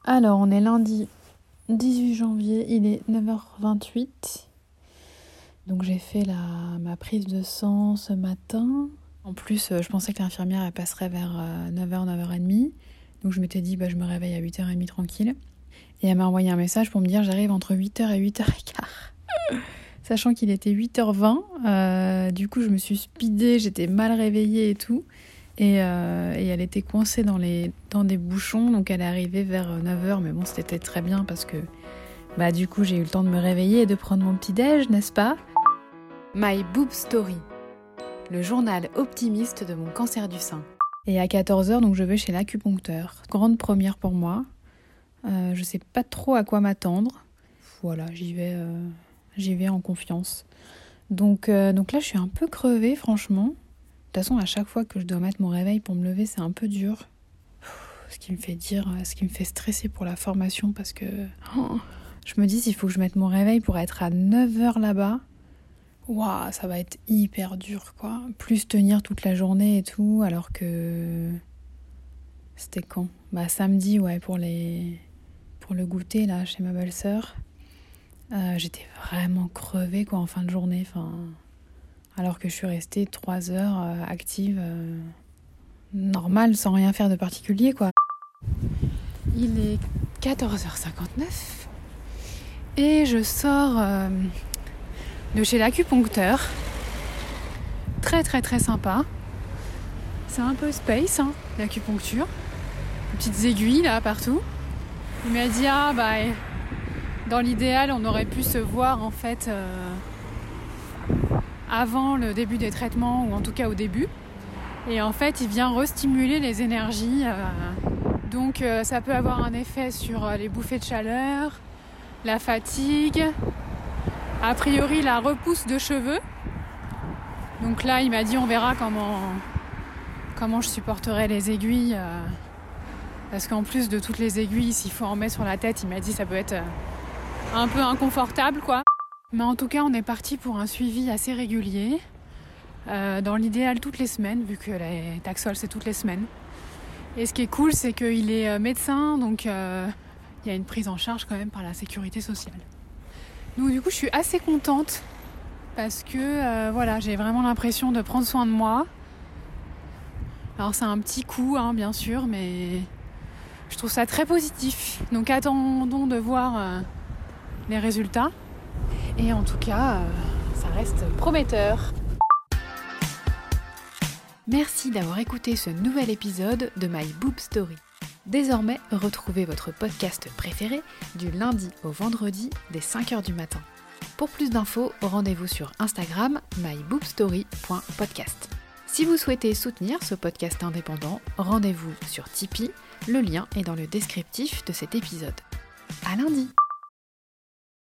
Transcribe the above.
Alors, on est lundi 18 janvier, il est 9h28. Donc j'ai fait ma prise de sang ce matin. En plus, je pensais que l'infirmière elle passerait vers 9h, 9h30. Donc je m'étais dit, je me réveille à 8h30 tranquille. Et elle m'a envoyé un message pour me dire, j'arrive entre 8h et 8h15. Sachant qu'il était 8h20. Du coup, je me suis speedée, j'étais mal réveillée et tout. Et elle était coincée dans des bouchons, donc elle est arrivée vers 9h, mais bon, c'était très bien parce que du coup, j'ai eu le temps de me réveiller et de prendre mon petit-déj, n'est-ce pas ? My Boob Story, le journal optimiste de mon cancer du sein. Et à 14h, donc je vais chez l'acupuncteur. Grande première pour moi. Je sais pas trop à quoi m'attendre. Voilà, j'y vais en confiance. Donc là, je suis un peu crevée, franchement. De toute façon, à chaque fois que je dois mettre mon réveil pour me lever, c'est un peu dur. Ce qui me fait stresser pour la formation parce que je me dis s'il faut que je mette mon réveil pour être à 9h là-bas, waouh, ça va être hyper dur, quoi. Plus tenir toute la journée et tout, alors que c'était quand ? Samedi, ouais, pour le goûter là chez ma belle-sœur. J'étais vraiment crevée, quoi, en fin de journée, alors que je suis restée 3 heures active, normale, sans rien faire de particulier, quoi. Il est 14h59 et je sors de chez l'acupuncteur. Très très très sympa. C'est un peu space, l'acupuncture. Des petites aiguilles là partout. Il m'a dit dans l'idéal on aurait pu se voir en fait avant le début des traitements, ou en tout cas au début. Et en fait, il vient restimuler les énergies. Donc ça peut avoir un effet sur les bouffées de chaleur, la fatigue, a priori la repousse de cheveux. Donc là, il m'a dit on verra comment je supporterai les aiguilles. Parce qu'en plus de toutes les aiguilles, s'il faut en mettre sur la tête, il m'a dit ça peut être un peu inconfortable, quoi. Mais en tout cas, on est parti pour un suivi assez régulier. Dans l'idéal, toutes les semaines, vu que les Taxol, c'est toutes les semaines. Et ce qui est cool, c'est qu'il est médecin, donc il y a une prise en charge quand même par la sécurité sociale. Donc du coup, je suis assez contente parce que j'ai vraiment l'impression de prendre soin de moi. Alors c'est un petit coup, bien sûr, mais je trouve ça très positif. Donc attendons de voir les résultats. Et en tout cas, ça reste prometteur. Merci d'avoir écouté ce nouvel épisode de My Boob Story. Désormais, retrouvez votre podcast préféré du lundi au vendredi dès 5h du matin. Pour plus d'infos, rendez-vous sur Instagram myboobstory.podcast. Si vous souhaitez soutenir ce podcast indépendant, rendez-vous sur Tipeee, le lien est dans le descriptif de cet épisode. À lundi!